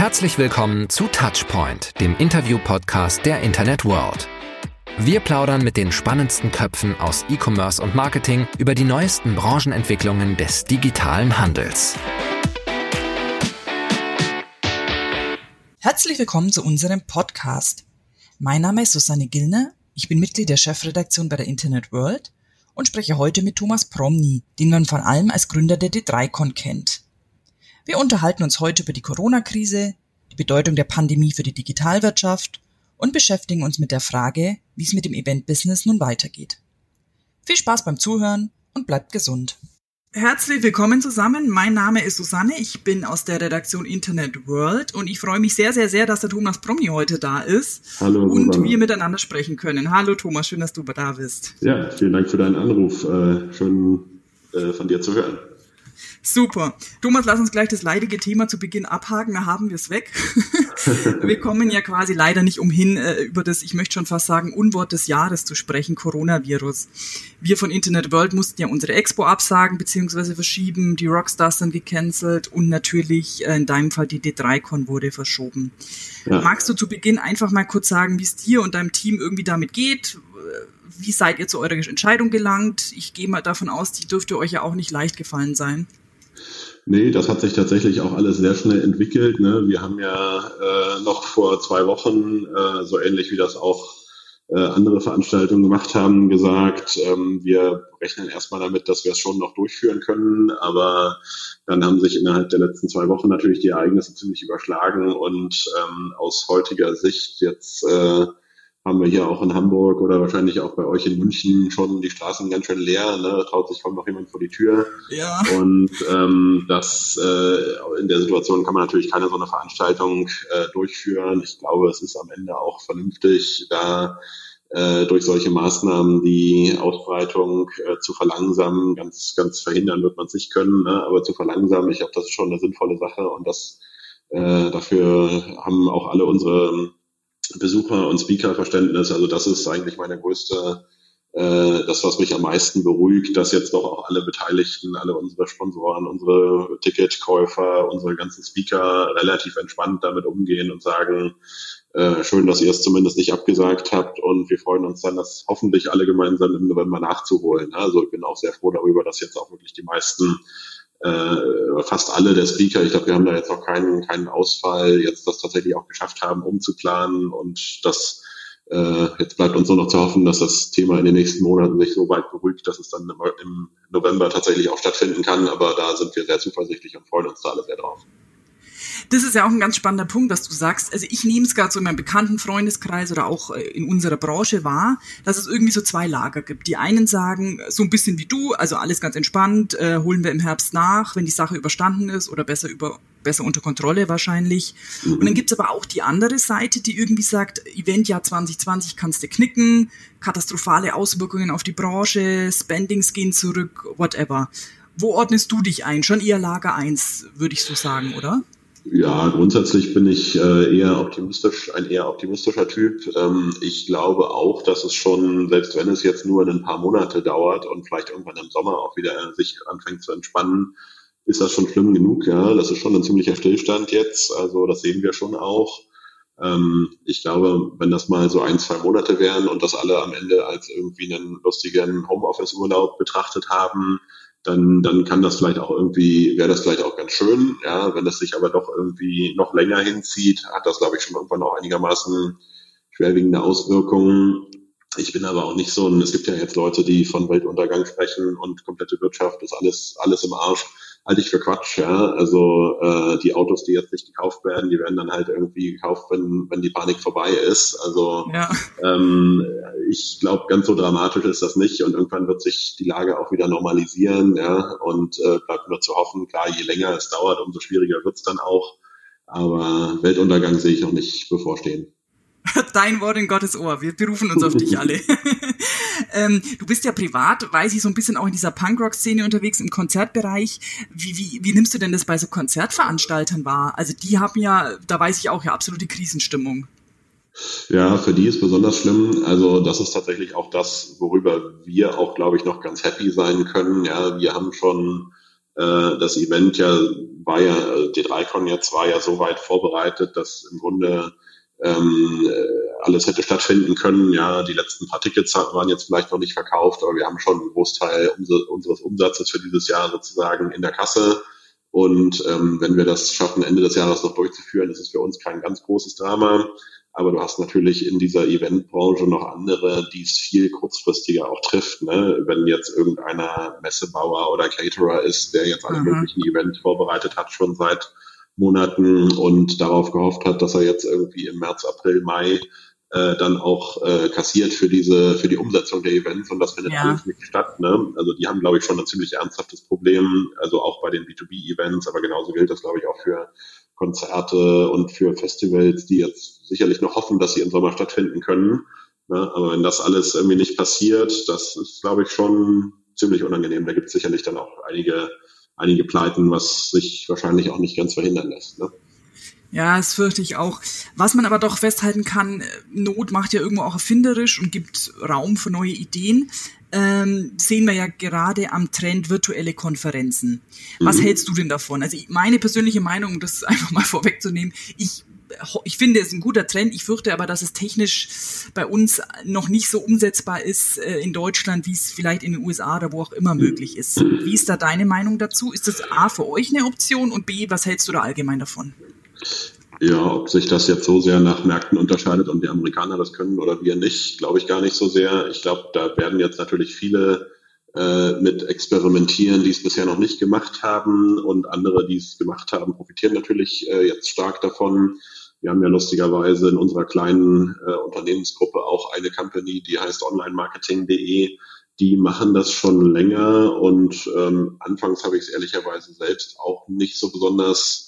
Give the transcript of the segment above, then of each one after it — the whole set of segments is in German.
Herzlich willkommen zu Touchpoint, dem Interview-Podcast der Internet World. Wir plaudern mit den spannendsten Köpfen aus E-Commerce und Marketing über die neuesten Branchenentwicklungen des digitalen Handels. Herzlich willkommen zu unserem Podcast. Mein Name ist Susanne Gillner, ich bin Mitglied der Chefredaktion bei der Internet World und spreche heute mit Thomas Promny, den man vor allem als Gründer der D3Con kennt. Wir unterhalten uns heute über die Corona-Krise, die Bedeutung der Pandemie für die Digitalwirtschaft und beschäftigen uns mit der Frage, wie es mit dem Event-Business nun weitergeht. Viel Spaß beim Zuhören und bleibt gesund. Herzlich willkommen zusammen. Mein Name ist Susanne. Ich bin aus der Redaktion Internet World und ich freue mich sehr, sehr, sehr, dass der Thomas Promny heute da ist. Hallo, und Susanne. wir miteinander sprechen können. Hallo Thomas, schön, dass du da bist. Ja, vielen Dank für deinen Anruf. Schön von dir zu hören. Super. Thomas, lass uns gleich das leidige Thema zu Beginn abhaken, da haben wir es weg. Wir kommen ja quasi leider nicht umhin, über das, ich möchte schon fast sagen, Unwort des Jahres zu sprechen, Coronavirus. Wir von Internet World mussten ja unsere Expo absagen bzw. verschieben, die Rockstars sind gecancelt und natürlich in deinem Fall die D3Con wurde verschoben. Ja. Magst du zu Beginn einfach mal kurz sagen, wie es dir und deinem Team irgendwie damit geht? Wie seid ihr zu eurer Entscheidung gelangt? Ich gehe mal davon aus, die dürfte euch ja auch nicht leicht gefallen sein. Nee, das hat sich tatsächlich auch alles sehr schnell entwickelt. Ne? Wir haben ja noch vor 2 Wochen, so ähnlich wie das auch andere Veranstaltungen gemacht haben, gesagt, wir rechnen erstmal damit, dass wir es schon noch durchführen können. Aber dann haben sich innerhalb der letzten 2 Wochen natürlich die Ereignisse ziemlich überschlagen. Und aus heutiger Sicht jetzt haben wir hier auch in Hamburg oder wahrscheinlich auch bei euch in München schon die Straßen ganz schön leer, ne? Traut sich kaum noch jemand vor die Tür. Ja. Und in der Situation kann man natürlich keine so eine Veranstaltung durchführen. Ich glaube, es ist am Ende auch vernünftig, da durch solche Maßnahmen die Ausbreitung zu verlangsamen. Ganz, ganz verhindern wird man es nicht können, ne? Aber zu verlangsamen, ich glaube, das ist schon eine sinnvolle Sache und das dafür haben auch alle unsere Besucher- und Speaker-Verständnis. Also das ist eigentlich meine größte, das, was mich am meisten beruhigt, dass jetzt doch auch alle Beteiligten, alle unsere Sponsoren, unsere Ticketkäufer, unsere ganzen Speaker relativ entspannt damit umgehen und sagen, schön, dass ihr es zumindest nicht abgesagt habt und wir freuen uns dann, das hoffentlich alle gemeinsam im November nachzuholen. Also ich bin auch sehr froh darüber, dass jetzt auch wirklich die meisten fast alle der Speaker, ich glaube, wir haben da jetzt noch keinen Ausfall, jetzt das tatsächlich auch geschafft haben, umzuplanen und das jetzt bleibt uns nur noch zu hoffen, dass das Thema in den nächsten Monaten sich so weit beruhigt, dass es dann im November tatsächlich auch stattfinden kann, aber da sind wir sehr zuversichtlich und freuen uns da alle sehr drauf. Das ist ja auch ein ganz spannender Punkt, was du sagst. Also ich nehme es gerade so in meinem bekannten Freundeskreis oder auch in unserer Branche wahr, dass es irgendwie so 2 Lager gibt. Die einen sagen, so ein bisschen wie du, also alles ganz entspannt, holen wir im Herbst nach, wenn die Sache überstanden ist oder besser unter Kontrolle wahrscheinlich. Und dann gibt's aber auch die andere Seite, die irgendwie sagt, Eventjahr 2020 kannst du knicken, katastrophale Auswirkungen auf die Branche, Spendings gehen zurück, whatever. Wo ordnest du dich ein? Schon eher Lager 1, würde ich so sagen, oder? Ja, grundsätzlich bin ich ein eher optimistischer Typ. Ich glaube auch, dass es schon, selbst wenn es jetzt nur ein paar Monate dauert und vielleicht irgendwann im Sommer auch wieder sich anfängt zu entspannen, ist das schon schlimm genug. Ja, das ist schon ein ziemlicher Stillstand jetzt. Also das sehen wir schon auch. Ich glaube, wenn das mal so 1-2 Monate wären und das alle am Ende als irgendwie einen lustigen Homeoffice-Urlaub betrachtet haben, dann kann das vielleicht auch wäre das vielleicht auch ganz schön, ja, wenn es sich aber doch irgendwie noch länger hinzieht, hat das, glaube ich, schon irgendwann auch einigermaßen schwerwiegende Auswirkungen. Ich bin aber auch nicht es gibt ja jetzt Leute, die von Weltuntergang sprechen und komplette Wirtschaft ist alles im Arsch. Halte ich für Quatsch, ja. Also die Autos, die jetzt nicht gekauft werden, die werden dann halt irgendwie gekauft, wenn die Panik vorbei ist. Also ja. Ich glaube, ganz so dramatisch ist das nicht und irgendwann wird sich die Lage auch wieder normalisieren, ja. Und bleibt nur zu hoffen, klar, je länger es dauert, umso schwieriger wird's dann auch. Aber Weltuntergang sehe ich noch nicht bevorstehen. Dein Wort in Gottes Ohr. Wir berufen uns auf dich alle. Du bist ja privat, weiß ich, so ein bisschen auch in dieser Punkrock-Szene unterwegs, im Konzertbereich. Wie nimmst du denn das bei so Konzertveranstaltern wahr? Also die haben ja, da weiß ich auch, ja, absolute Krisenstimmung. Ja, für die ist besonders schlimm. Also das ist tatsächlich auch das, worüber wir auch, glaube ich, noch ganz happy sein können. Ja, wir haben schon Das Event D3Con jetzt war ja so weit vorbereitet, dass im Grunde alles hätte stattfinden können. Ja, die letzten paar Tickets waren jetzt vielleicht noch nicht verkauft, aber wir haben schon einen Großteil unseres Umsatzes für dieses Jahr sozusagen in der Kasse. Und wenn wir das schaffen, Ende des Jahres noch durchzuführen, ist es für uns kein ganz großes Drama. Aber du hast natürlich in dieser Eventbranche noch andere, die es viel kurzfristiger auch trifft. Ne? Wenn jetzt irgendeiner Messebauer oder Caterer ist, der jetzt alle möglichen Events vorbereitet hat, schon seit Monaten und darauf gehofft hat, dass er jetzt irgendwie im März, April, Mai dann auch kassiert für die Umsetzung der Events, und das findet alles nicht statt. Ne? Also die haben, glaube ich, schon ein ziemlich ernsthaftes Problem, also auch bei den B2B-Events, aber genauso gilt das, glaube ich, auch für Konzerte und für Festivals, die jetzt sicherlich noch hoffen, dass sie im Sommer stattfinden können. Ne? Aber wenn das alles irgendwie nicht passiert, das ist, glaube ich, schon ziemlich unangenehm. Da gibt es sicherlich dann auch einige Pleiten, was sich wahrscheinlich auch nicht ganz verhindern lässt. Ne? Ja, das fürchte ich auch. Was man aber doch festhalten kann, Not macht ja irgendwo auch erfinderisch und gibt Raum für neue Ideen. Sehen wir ja gerade am Trend virtuelle Konferenzen. Was hältst du denn davon? Also meine persönliche Meinung, um das einfach mal vorwegzunehmen, ich finde, es ist ein guter Trend. Ich fürchte aber, dass es technisch bei uns noch nicht so umsetzbar ist in Deutschland, wie es vielleicht in den USA oder wo auch immer möglich ist. Wie ist da deine Meinung dazu? Ist das A, für euch eine Option, und B, was hältst du da allgemein davon? Ja, ob sich das jetzt so sehr nach Märkten unterscheidet und die Amerikaner das können oder wir nicht, glaube ich gar nicht so sehr. Ich glaube, da werden jetzt natürlich viele mit experimentieren, die es bisher noch nicht gemacht haben, und andere, die es gemacht haben, profitieren natürlich jetzt stark davon. Wir haben ja lustigerweise in unserer kleinen Unternehmensgruppe auch eine Company, die heißt onlinemarketing.de. Die machen das schon länger, und anfangs habe ich es ehrlicherweise selbst auch nicht so besonders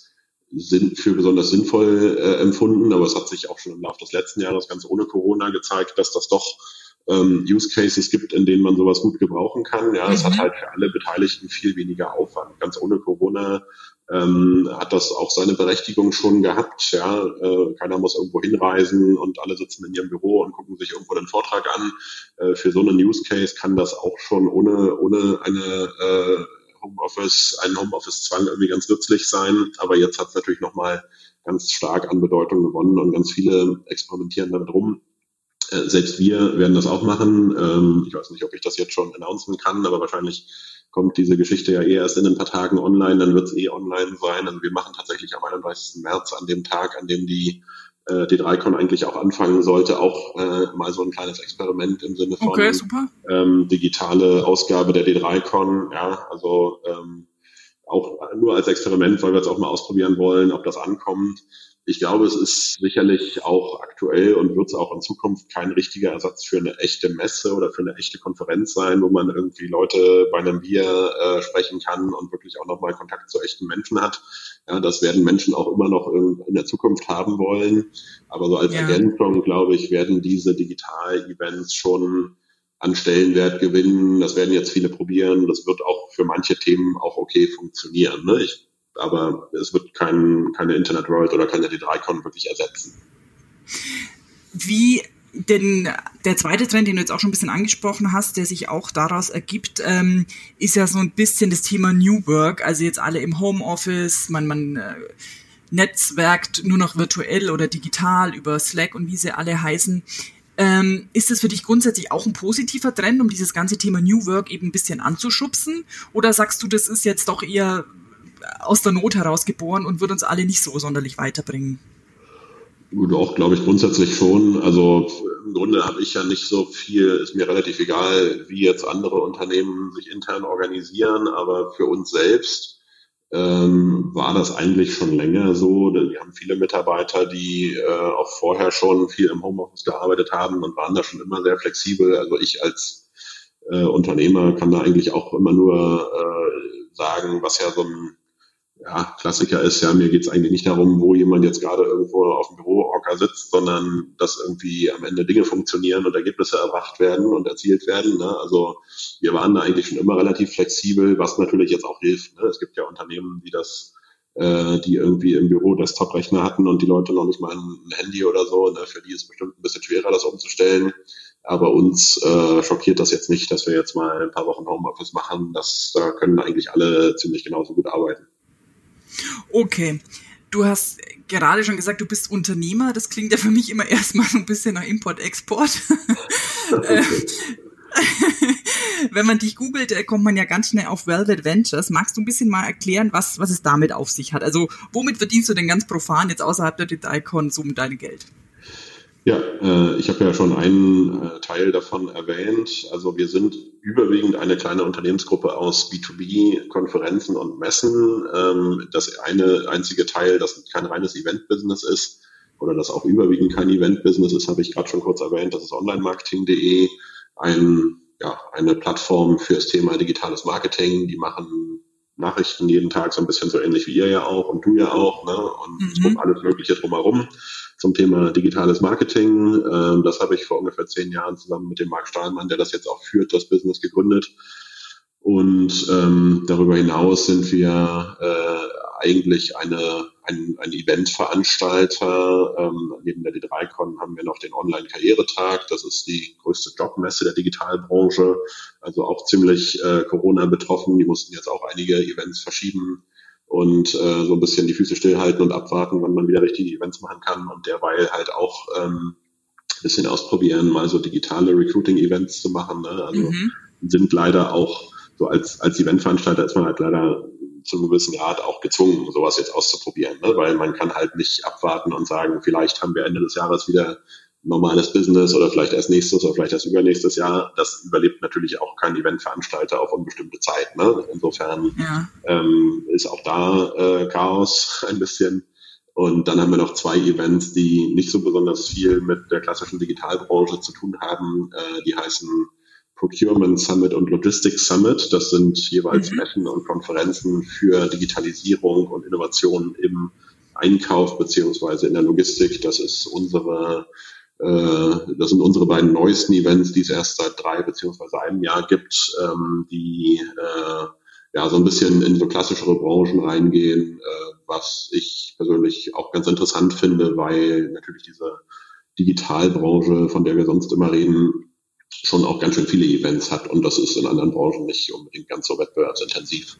sinnvoll empfunden, aber es hat sich auch schon im Laufe des letzten Jahres ganz ohne Corona gezeigt, dass das doch Use Cases gibt, in denen man sowas gut gebrauchen kann. Ja, es hat halt für alle Beteiligten viel weniger Aufwand. Ganz ohne Corona hat das auch seine Berechtigung schon gehabt. Ja, keiner muss irgendwo hinreisen und alle sitzen in ihrem Büro und gucken sich irgendwo den Vortrag an. Für so einen Use Case kann das auch schon ohne einen Homeoffice-Zwang irgendwie ganz nützlich sein. Aber jetzt hat es natürlich nochmal ganz stark an Bedeutung gewonnen, und ganz viele experimentieren damit rum. Selbst wir werden das auch machen. Ich weiß nicht, ob ich das jetzt schon announcen kann, aber wahrscheinlich kommt diese Geschichte ja erst in ein paar Tagen online, dann wird es online sein. Also wir machen tatsächlich am 31. März, an dem Tag, an dem die D3Con eigentlich auch anfangen sollte, auch mal so ein kleines Experiment im Sinne von digitale Ausgabe der D3Con. Ja, also auch nur als Experiment, weil wir jetzt auch mal ausprobieren wollen, ob das ankommt. Ich glaube, es ist sicherlich auch aktuell und wird es auch in Zukunft kein richtiger Ersatz für eine echte Messe oder für eine echte Konferenz sein, wo man irgendwie Leute bei einem Bier sprechen kann und wirklich auch nochmal Kontakt zu echten Menschen hat. Ja, das werden Menschen auch immer noch in der Zukunft haben wollen. Aber so als Ergänzung, glaube ich, werden diese Digital-Events schon an Stellenwert gewinnen. Das werden jetzt viele probieren. Das wird auch für manche Themen auch okay funktionieren. Ne? Aber es wird keine Internet World oder keine D3Con wirklich ersetzen. Wie denn der zweite Trend, den du jetzt auch schon ein bisschen angesprochen hast, der sich auch daraus ergibt, ist ja so ein bisschen das Thema New Work. Also jetzt alle im Homeoffice, man netzwerkt nur noch virtuell oder digital über Slack und wie sie alle heißen. Ist das für dich grundsätzlich auch ein positiver Trend, um dieses ganze Thema New Work eben ein bisschen anzuschubsen? Oder sagst du, das ist jetzt doch eher aus der Not heraus geboren und wird uns alle nicht so sonderlich weiterbringen? Gut, auch glaube ich grundsätzlich schon. Also im Grunde habe ich ja nicht so viel, ist mir relativ egal, wie jetzt andere Unternehmen sich intern organisieren, aber für uns selbst war das eigentlich schon länger so. Wir haben viele Mitarbeiter, die auch vorher schon viel im Homeoffice gearbeitet haben und waren da schon immer sehr flexibel. Also ich als Unternehmer kann da eigentlich auch immer nur sagen, was ja so ein Klassiker ist, mir geht es eigentlich nicht darum, wo jemand jetzt gerade irgendwo auf dem Bürohocker sitzt, sondern dass irgendwie am Ende Dinge funktionieren und Ergebnisse erbracht werden und erzielt werden. Ne? Also wir waren da eigentlich schon immer relativ flexibel, was natürlich jetzt auch hilft. Ne? Es gibt ja Unternehmen, die das die irgendwie im Büro Desktop-Rechner hatten und die Leute noch nicht mal ein Handy oder so. Ne? Für die ist es bestimmt ein bisschen schwerer, das umzustellen. Aber uns schockiert das jetzt nicht, dass wir jetzt mal ein paar Wochen Homeoffice machen. Da können eigentlich alle ziemlich genauso gut arbeiten. Okay. Du hast gerade schon gesagt, du bist Unternehmer. Das klingt ja für mich immer erstmal so ein bisschen nach Import-Export. Wenn man dich googelt, kommt man ja ganz schnell auf Velvet Ventures. Magst du ein bisschen mal erklären, was es damit auf sich hat? Also womit verdienst du denn ganz profan jetzt außerhalb der D3Con so mit deinem Geld? Ja, ich habe ja schon einen Teil davon erwähnt. Also wir sind überwiegend eine kleine Unternehmensgruppe aus B2B-Konferenzen und Messen. Das einzige Teil, das kein reines Event-Business ist oder das auch überwiegend kein Event-Business ist, habe ich gerade schon kurz erwähnt. Das ist onlinemarketing.de, eine Plattform für das Thema digitales Marketing. Die machen Nachrichten jeden Tag, so ein bisschen so ähnlich wie ihr ja auch und du ja auch, ne? Und alles Mögliche drumherum zum Thema digitales Marketing. Das habe ich vor ungefähr 10 Jahren zusammen mit dem Marc Stahlmann, der das jetzt auch führt, das Business gegründet. Und darüber hinaus sind wir eigentlich ein Eventveranstalter. Neben der D3Con haben wir noch den Online-Karrieretag. Das ist die größte Jobmesse der Digitalbranche. Also auch ziemlich Corona betroffen. Die mussten jetzt auch einige Events verschieben und so ein bisschen die Füße stillhalten und abwarten, wann man wieder richtige Events machen kann und derweil halt auch ein bisschen ausprobieren, mal so digitale Recruiting-Events zu machen. Ne? Also sind leider auch so als Eventveranstalter ist man halt leider zu einem gewissen Grad auch gezwungen, sowas jetzt auszuprobieren, ne? Weil man kann halt nicht abwarten und sagen, vielleicht haben wir Ende des Jahres wieder normales Business oder vielleicht erst nächstes oder vielleicht erst übernächstes Jahr. Das überlebt natürlich auch kein Eventveranstalter auf unbestimmte Zeit. Ne? Insofern ist auch da Chaos ein bisschen. Und dann haben wir noch 2 Events, die nicht so besonders viel mit der klassischen Digitalbranche zu tun haben. Die heißen Procurement Summit und Logistics Summit. Das sind jeweils Messen und Konferenzen für Digitalisierung und Innovation im Einkauf beziehungsweise in der Logistik. Das sind unsere beiden neuesten Events, die es erst seit 3 beziehungsweise einem Jahr gibt, die so ein bisschen in so klassischere Branchen reingehen, was ich persönlich auch ganz interessant finde, weil natürlich diese Digitalbranche, von der wir sonst immer reden, schon auch ganz schön viele Events hat und das ist in anderen Branchen nicht unbedingt ganz so wettbewerbsintensiv.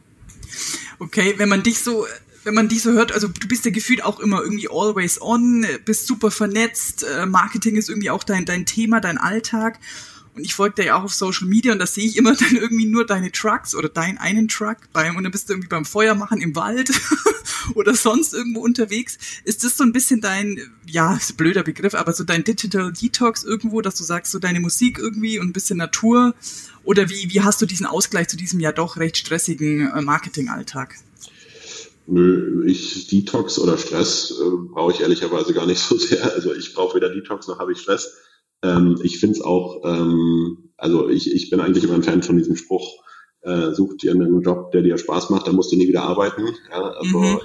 Okay, wenn man dich so hört, also du bist ja gefühlt auch immer irgendwie always on, bist super vernetzt, Marketing ist irgendwie auch dein Thema, dein Alltag. Und ich folge dir ja auch auf Social Media und da sehe ich immer dann irgendwie nur deine Trucks oder deinen einen Truck und dann bist du irgendwie beim Feuermachen im Wald oder sonst irgendwo unterwegs. Ist das so ein bisschen dein, ist ein blöder Begriff, aber so dein Digital Detox irgendwo, dass du sagst, so deine Musik irgendwie und ein bisschen Natur? Oder wie hast du diesen Ausgleich zu diesem ja doch recht stressigen Marketingalltag? Nö, Detox oder Stress brauche ich ehrlicherweise gar nicht so sehr. Also ich brauche weder Detox noch habe ich Stress. Ich finde es auch, ich bin eigentlich immer ein Fan von diesem Spruch, such dir einen Job, der dir Spaß macht, dann musst du nie wieder arbeiten. Ja, also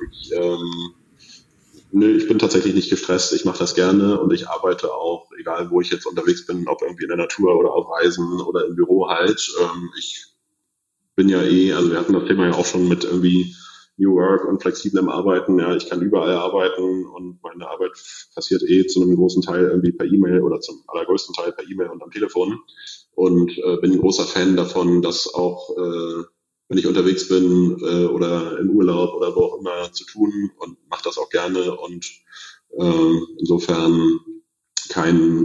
ich bin tatsächlich nicht gestresst, ich mache das gerne und ich arbeite auch, egal wo ich jetzt unterwegs bin, ob irgendwie in der Natur oder auf Reisen oder im Büro halt. Ich bin ja also wir hatten das Thema ja auch schon mit irgendwie New Work und flexiblem Arbeiten. Ja, ich kann überall arbeiten und meine Arbeit passiert zu einem großen Teil irgendwie per E-Mail oder zum allergrößten Teil per E-Mail und am Telefon. Und bin ein großer Fan davon, das auch, wenn ich unterwegs bin oder im Urlaub oder wo auch immer zu tun und mache das auch gerne und insofern kein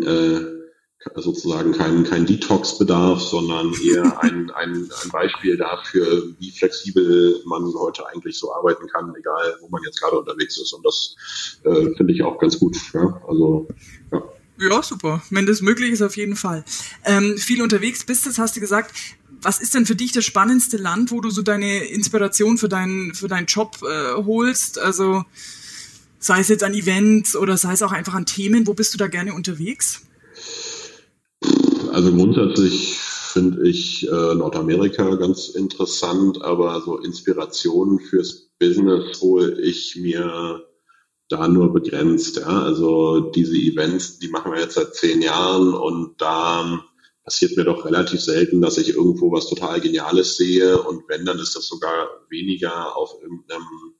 Detox-Bedarf, sondern eher ein Beispiel dafür, wie flexibel man heute eigentlich so arbeiten kann, egal wo man jetzt gerade unterwegs ist. Und das finde ich auch ganz gut. Ja? Also, ja. Ja, super. Wenn das möglich ist, auf jeden Fall. Viel unterwegs bist du, hast du gesagt. Was ist denn für dich das spannendste Land, wo du so deine Inspiration für deinen Job holst? Also sei es jetzt an Events oder sei es auch einfach an Themen, wo bist du da gerne unterwegs? Also grundsätzlich finde ich Nordamerika ganz interessant, aber so Inspirationen fürs Business hole ich mir da nur begrenzt. Ja? Also diese Events, die machen wir jetzt seit 10 Jahren und da passiert mir doch relativ selten, dass ich irgendwo was total Geniales sehe und wenn, dann ist das sogar weniger auf irgendeinem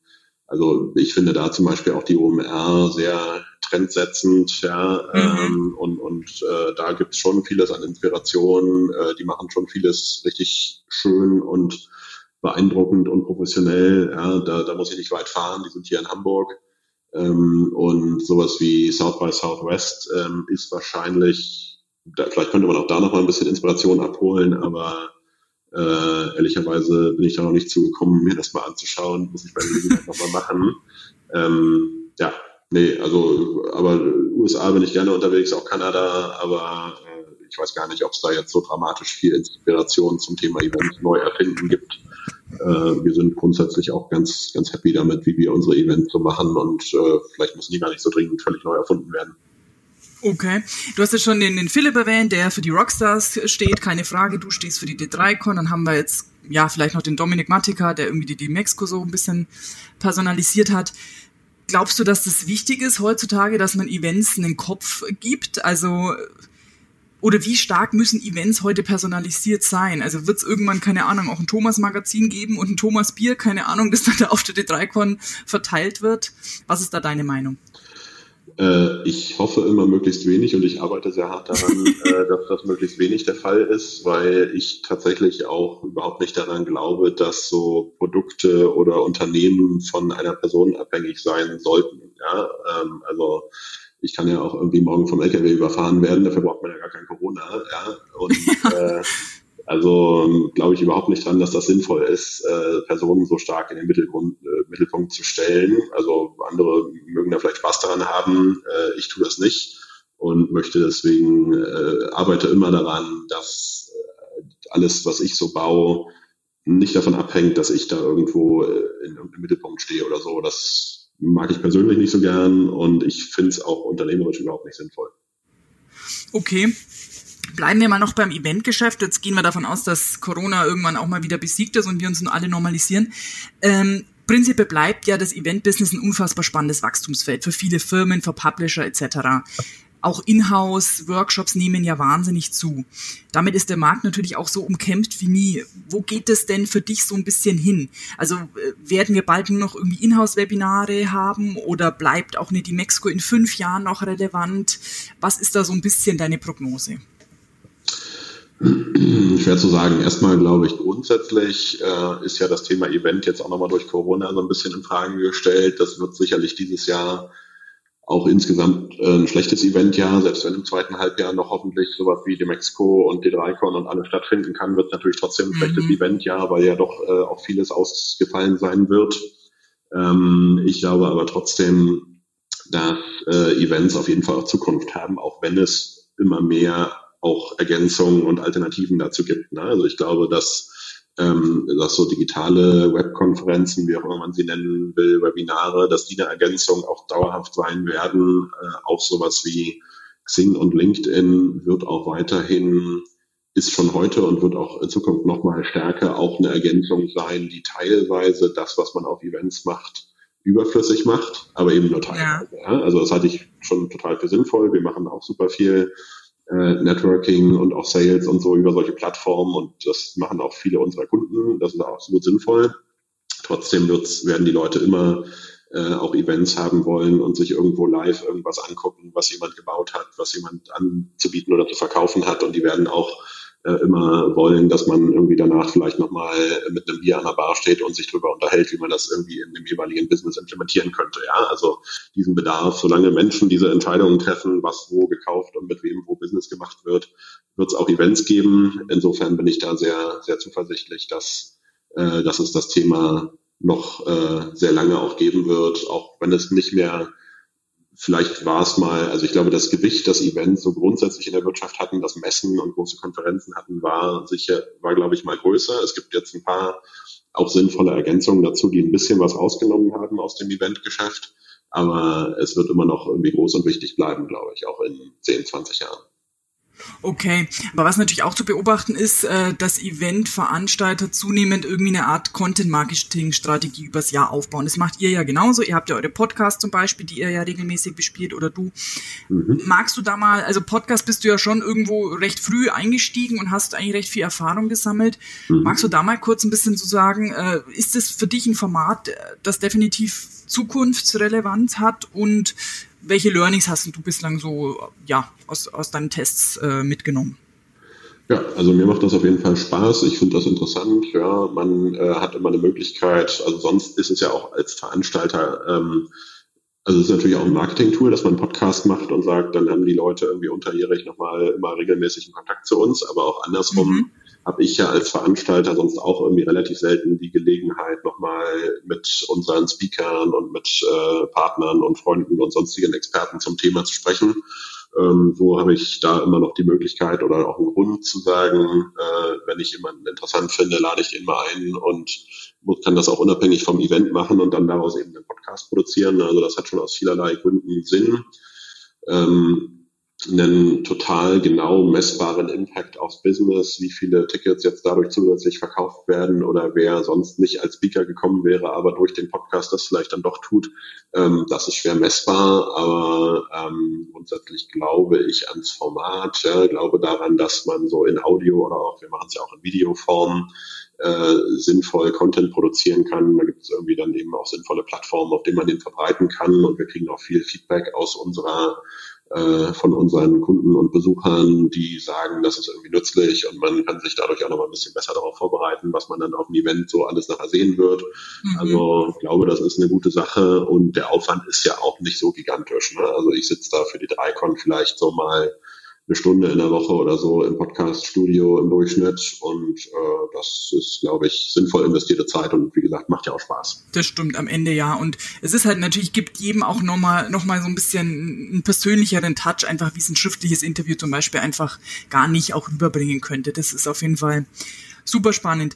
Also ich finde da zum Beispiel auch die OMR sehr trendsetzend, ja, und da gibt's schon vieles an Inspiration. Die machen schon vieles richtig schön und beeindruckend und professionell. Ja, da muss ich nicht weit fahren. Die sind hier in Hamburg. Und sowas wie South by Southwest ist wahrscheinlich, vielleicht könnte man auch da noch mal ein bisschen Inspiration abholen, aber ehrlicherweise bin ich da noch nicht zugekommen, mir das mal anzuschauen. Muss ich bei Gelegenheit noch mal machen. Ja, nee, also, aber USA bin ich gerne unterwegs, auch Kanada, aber ich weiß gar nicht, ob es da jetzt so dramatisch viel Inspiration zum Thema Events neu erfinden gibt. Wir sind grundsätzlich auch ganz, ganz happy damit, wie wir unsere Events so machen und vielleicht müssen die gar nicht so dringend völlig neu erfunden werden. Okay. Du hast ja schon den Philipp erwähnt, der für die Rockstars steht, keine Frage. Du stehst für die D3Con. Dann haben wir jetzt, ja, vielleicht noch den Dominik Mattika, der irgendwie die Mexiko so ein bisschen personalisiert hat. Glaubst du, dass das wichtig ist heutzutage, dass man Events einen Kopf gibt? Also, oder wie stark müssen Events heute personalisiert sein? Also wird es irgendwann, keine Ahnung, auch ein Thomas-Magazin geben und ein Thomas-Bier, keine Ahnung, das dann da auf der D3Con verteilt wird? Was ist da deine Meinung? Ich hoffe immer möglichst wenig und ich arbeite sehr hart daran, dass das möglichst wenig der Fall ist, weil ich tatsächlich auch überhaupt nicht daran glaube, dass so Produkte oder Unternehmen von einer Person abhängig sein sollten. Ja? Also ich kann ja auch irgendwie morgen vom LKW überfahren werden, dafür braucht man ja gar kein Corona. Ja? Und also glaube ich überhaupt nicht dran, dass das sinnvoll ist, Personen so stark in den Mittelpunkt zu stellen. Also andere mögen da vielleicht Spaß daran haben, ich tue das nicht und möchte deswegen, arbeite immer daran, dass alles, was ich so baue, nicht davon abhängt, dass ich da irgendwo in irgendeinem Mittelpunkt stehe oder so. Das mag ich persönlich nicht so gern und ich finde es auch unternehmerisch überhaupt nicht sinnvoll. Okay. Bleiben wir mal noch beim Eventgeschäft. Jetzt gehen wir davon aus, dass Corona irgendwann auch mal wieder besiegt ist und wir uns nun alle normalisieren. Prinzipiell bleibt ja das Event-Business ein unfassbar spannendes Wachstumsfeld für viele Firmen, für Publisher etc. Auch Inhouse-Workshops nehmen ja wahnsinnig zu. Damit ist der Markt natürlich auch so umkämpft wie nie. Wo geht es denn für dich so ein bisschen hin? Also werden wir bald nur noch irgendwie Inhouse-Webinare haben oder bleibt auch eine die Mexiko in 5 Jahren noch relevant? Was ist da so ein bisschen deine Prognose? Schwer zu sagen. Erstmal glaube ich, grundsätzlich ist ja das Thema Event jetzt auch nochmal durch Corona so ein bisschen in Frage gestellt. Das wird sicherlich dieses Jahr auch insgesamt ein schlechtes Eventjahr. Selbst wenn im zweiten Halbjahr noch hoffentlich sowas wie die Mexiko und die D3Con und alles stattfinden kann, wird es natürlich trotzdem ein schlechtes Eventjahr, weil ja doch auch vieles ausgefallen sein wird. Ich glaube aber trotzdem, dass Events auf jeden Fall auch Zukunft haben, auch wenn es immer mehr auch Ergänzungen und Alternativen dazu gibt. Ne? Also ich glaube, dass so digitale Webkonferenzen, wie auch immer man sie nennen will, Webinare, dass die eine Ergänzung auch dauerhaft sein werden. Auch sowas wie Xing und LinkedIn wird auch weiterhin, ist schon heute und wird auch in Zukunft noch mal stärker auch eine Ergänzung sein, die teilweise das, was man auf Events macht, überflüssig macht, aber eben nur teilweise. Ja. Also das halte ich schon total für sinnvoll. Wir machen auch super viel Networking und auch Sales und so über solche Plattformen und das machen auch viele unserer Kunden. Das ist auch absolut sinnvoll. Trotzdem werden die Leute immer auch Events haben wollen und sich irgendwo live irgendwas angucken, was jemand gebaut hat, was jemand anzubieten oder zu verkaufen hat und die werden auch immer wollen, dass man irgendwie danach vielleicht nochmal mit einem Bier an der Bar steht und sich darüber unterhält, wie man das irgendwie in dem jeweiligen Business implementieren könnte. Ja, also diesen Bedarf, solange Menschen diese Entscheidungen treffen, was wo gekauft und mit wem wo Business gemacht wird, wird es auch Events geben. Insofern bin ich da sehr, sehr zuversichtlich, dass es das Thema noch sehr lange auch geben wird, auch wenn es nicht mehr. Vielleicht war es mal, also ich glaube, das Gewicht, das Events so grundsätzlich in der Wirtschaft hatten, das Messen und große Konferenzen hatten, war, glaube ich, mal größer. Es gibt jetzt ein paar auch sinnvolle Ergänzungen dazu, die ein bisschen was rausgenommen haben aus dem Eventgeschäft. Aber es wird immer noch irgendwie groß und wichtig bleiben, glaube ich, auch in 10, 20 Jahren. Okay, aber was natürlich auch zu beobachten ist, dass Eventveranstalter zunehmend irgendwie eine Art Content-Marketing-Strategie übers Jahr aufbauen. Das macht ihr ja genauso. Ihr habt ja eure Podcasts zum Beispiel, die ihr ja regelmäßig bespielt, oder du. Magst du da mal, also Podcast bist du ja schon irgendwo recht früh eingestiegen und hast eigentlich recht viel Erfahrung gesammelt. Magst du da mal kurz ein bisschen so sagen, ist das für dich ein Format, das definitiv Zukunftsrelevanz hat, und welche Learnings hast du bislang so aus deinen Tests mitgenommen? Ja, also mir macht das auf jeden Fall Spaß. Ich finde das interessant. Ja, man hat immer eine Möglichkeit. Also sonst ist es ja auch als Veranstalter, also es ist natürlich auch ein Marketing-Tool, dass man einen Podcast macht und sagt, dann haben die Leute irgendwie unterjährig nochmal immer regelmäßigen Kontakt zu uns. Aber auch andersrum habe ich ja als Veranstalter sonst auch irgendwie relativ selten die Gelegenheit, nochmal mit unseren Speakern und mit Partnern und Freunden und sonstigen Experten zum Thema zu sprechen. So habe ich da immer noch die Möglichkeit oder auch einen Grund zu sagen, wenn ich jemanden interessant finde, lade ich den mal ein und kann das auch unabhängig vom Event machen und dann daraus eben einen Podcast produzieren. Also das hat schon aus vielerlei Gründen Sinn. Einen total genau messbaren Impact aufs Business, wie viele Tickets jetzt dadurch zusätzlich verkauft werden oder wer sonst nicht als Speaker gekommen wäre, aber durch den Podcast das vielleicht dann doch tut, das ist schwer messbar, aber grundsätzlich glaube ich ans Format, glaube daran, dass man so in Audio oder auch, wir machen es ja auch in Videoform, sinnvoll Content produzieren kann. Da gibt es irgendwie dann eben auch sinnvolle Plattformen, auf denen man den verbreiten kann, und wir kriegen auch viel Feedback von unseren Kunden und Besuchern, die sagen, das ist irgendwie nützlich, und man kann sich dadurch auch noch mal ein bisschen besser darauf vorbereiten, was man dann auf dem Event so alles nachher sehen wird. Also ich glaube, das ist eine gute Sache, und der Aufwand ist ja auch nicht so gigantisch. Ne? Also ich sitze da für die DreiCon vielleicht so mal eine Stunde in der Woche oder so im Podcast-Studio im Durchschnitt, und das ist, glaube ich, sinnvoll investierte Zeit, und wie gesagt, macht ja auch Spaß. Das stimmt, am Ende ja, und es ist halt natürlich, gibt jedem auch noch mal so ein bisschen einen persönlicheren Touch, einfach wie es ein schriftliches Interview zum Beispiel einfach gar nicht auch rüberbringen könnte. Das ist auf jeden Fall super spannend.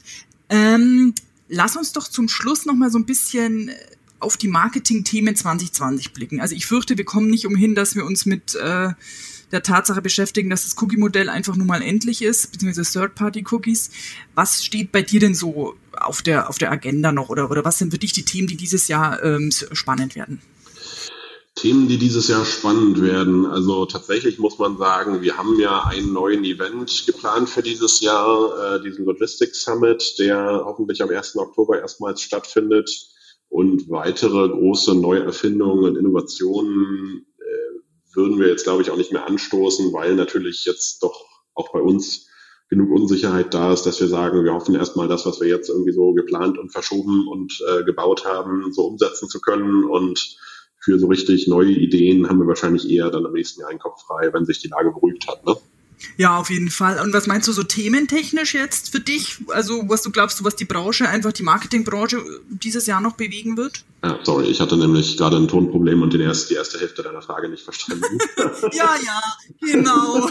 Lass uns doch zum Schluss noch mal so ein bisschen auf die Marketing-Themen 2020 blicken. Also ich fürchte, wir kommen nicht umhin, dass wir uns mit der Tatsache beschäftigen, dass das Cookie-Modell einfach nun mal endlich ist, beziehungsweise Third-Party-Cookies. Was steht bei dir denn so auf der Agenda noch, oder was sind für dich die Themen, die dieses Jahr spannend werden? Themen, die dieses Jahr spannend werden. Also tatsächlich muss man sagen, wir haben ja einen neuen Event geplant für dieses Jahr, diesen Logistics Summit, der hoffentlich am 1. Oktober erstmals stattfindet, und weitere große Neuerfindungen und Innovationen würden wir jetzt, glaube ich, auch nicht mehr anstoßen, weil natürlich jetzt doch auch bei uns genug Unsicherheit da ist, dass wir sagen, wir hoffen erstmal, das, was wir jetzt irgendwie so geplant und verschoben und gebaut haben, so umsetzen zu können, und für so richtig neue Ideen haben wir wahrscheinlich eher dann am nächsten Jahr einen Kopf frei, wenn sich die Lage beruhigt hat, ne? Ja, auf jeden Fall. Und was meinst du so thementechnisch jetzt für dich? Also was du glaubst, was die Branche, einfach die Marketingbranche dieses Jahr noch bewegen wird? Ja, sorry, ich hatte nämlich gerade ein Tonproblem und die erste Hälfte deiner Frage nicht verstanden. Ja, genau.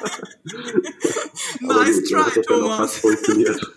Nice try, Thomas. Funktioniert.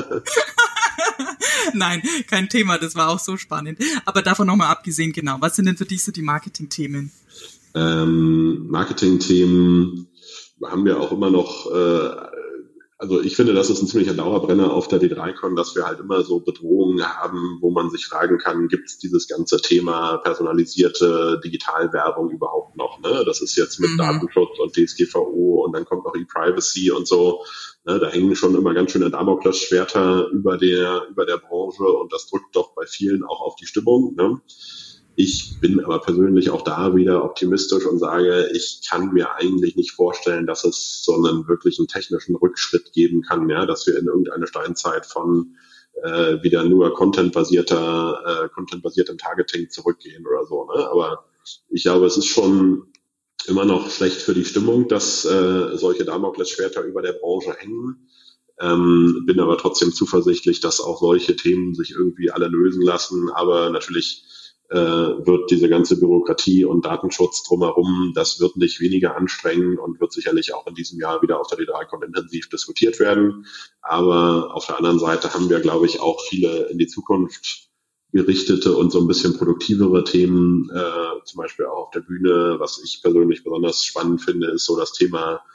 Nein, kein Thema, das war auch so spannend. Aber davon nochmal abgesehen, genau, was sind denn für dich so die Marketingthemen? Marketingthemen haben wir auch immer noch, also ich finde, das ist ein ziemlicher Dauerbrenner auf der D3Con, dass wir halt immer so Bedrohungen haben, wo man sich fragen kann, gibt es dieses ganze Thema personalisierte Digitalwerbung überhaupt noch? Ne? Das ist jetzt mit Datenschutz und DSGVO, und dann kommt noch E-Privacy und so. Ne? Da hängen schon immer ganz schöne Damoklesschwerter über der Branche, und das drückt doch bei vielen auch auf die Stimmung. Ne? Ich bin aber persönlich auch da wieder optimistisch und sage, ich kann mir eigentlich nicht vorstellen, dass es so einen wirklichen technischen Rückschritt geben kann, ja, dass wir in irgendeine Steinzeit von wieder nur contentbasiertem Targeting zurückgehen oder so. Ne? Aber ich glaube, es ist schon immer noch schlecht für die Stimmung, dass solche Damoklesschwerter über der Branche hängen. Bin aber trotzdem zuversichtlich, dass auch solche Themen sich irgendwie alle lösen lassen. Aber natürlich wird diese ganze Bürokratie und Datenschutz drumherum, das wird nicht weniger anstrengend und wird sicherlich auch in diesem Jahr wieder auf der D3Con intensiv diskutiert werden. Aber auf der anderen Seite haben wir, glaube ich, auch viele in die Zukunft gerichtete und so ein bisschen produktivere Themen, zum Beispiel auch auf der Bühne. Was ich persönlich besonders spannend finde, ist so das Thema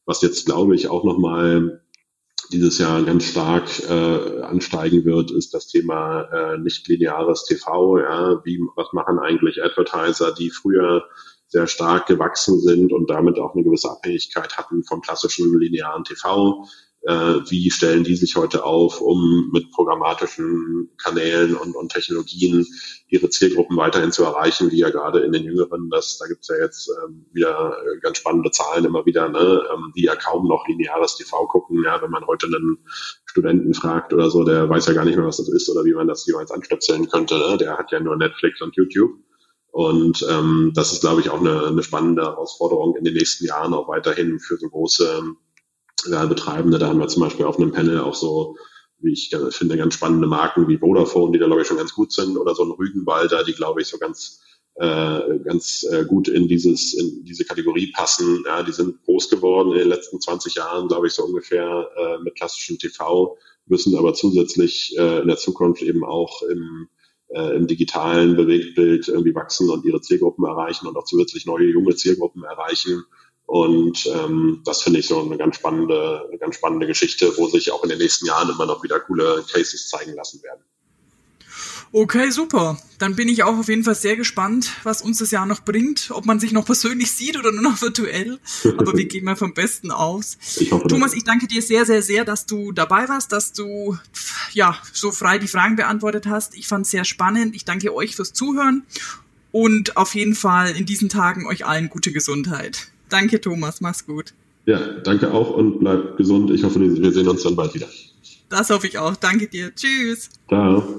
Was jetzt, glaube ich, auch nochmal dieses Jahr ganz stark ansteigen wird, ist das Thema nicht-lineares TV. Ja, was machen eigentlich Advertiser, die früher sehr stark gewachsen sind und damit auch eine gewisse Abhängigkeit hatten vom klassischen linearen TV? Wie stellen die sich heute auf, um mit programmatischen Kanälen und Technologien ihre Zielgruppen weiterhin zu erreichen, die ja gerade in den Jüngeren, da gibt's ja jetzt wieder ganz spannende Zahlen immer wieder, ne, die ja kaum noch lineares TV gucken. Ja, wenn man heute einen Studenten fragt oder so, der weiß ja gar nicht mehr, was das ist oder wie man das jeweils anstöpseln könnte. Ne? Der hat ja nur Netflix und YouTube. Und das ist, glaube ich, auch eine spannende Herausforderung in den nächsten Jahren auch weiterhin für so große Betreibende. Da haben wir zum Beispiel auf einem Panel auch so, wie ich finde, ganz spannende Marken wie Vodafone, die da, glaube ich, schon ganz gut sind, oder so ein Rügenwalder, die, glaube ich, so ganz gut in diese Kategorie passen. Ja, die sind groß geworden in den letzten 20 Jahren, glaube ich, so ungefähr mit klassischem TV, müssen aber zusätzlich in der Zukunft eben auch im digitalen Bewegtbild irgendwie wachsen und ihre Zielgruppen erreichen und auch zusätzlich neue junge Zielgruppen erreichen. Und das finde ich so eine ganz spannende Geschichte, wo sich auch in den nächsten Jahren immer noch wieder coole Cases zeigen lassen werden. Okay, super. Dann bin ich auch auf jeden Fall sehr gespannt, was uns das Jahr noch bringt, ob man sich noch persönlich sieht oder nur noch virtuell. Aber wir gehen mal vom Besten aus. Thomas, ich danke dir sehr, sehr, sehr, dass du dabei warst, dass du so frei die Fragen beantwortet hast. Ich fand es sehr spannend. Ich danke euch fürs Zuhören und auf jeden Fall in diesen Tagen euch allen gute Gesundheit. Danke, Thomas. Mach's gut. Ja, danke auch und bleib gesund. Ich hoffe, wir sehen uns dann bald wieder. Das hoffe ich auch. Danke dir. Tschüss. Ciao.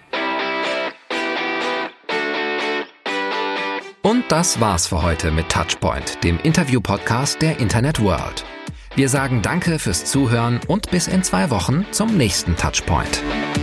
Und das war's für heute mit Touchpoint, dem Interview-Podcast der Internet World. Wir sagen Danke fürs Zuhören und bis in 2 Wochen zum nächsten Touchpoint.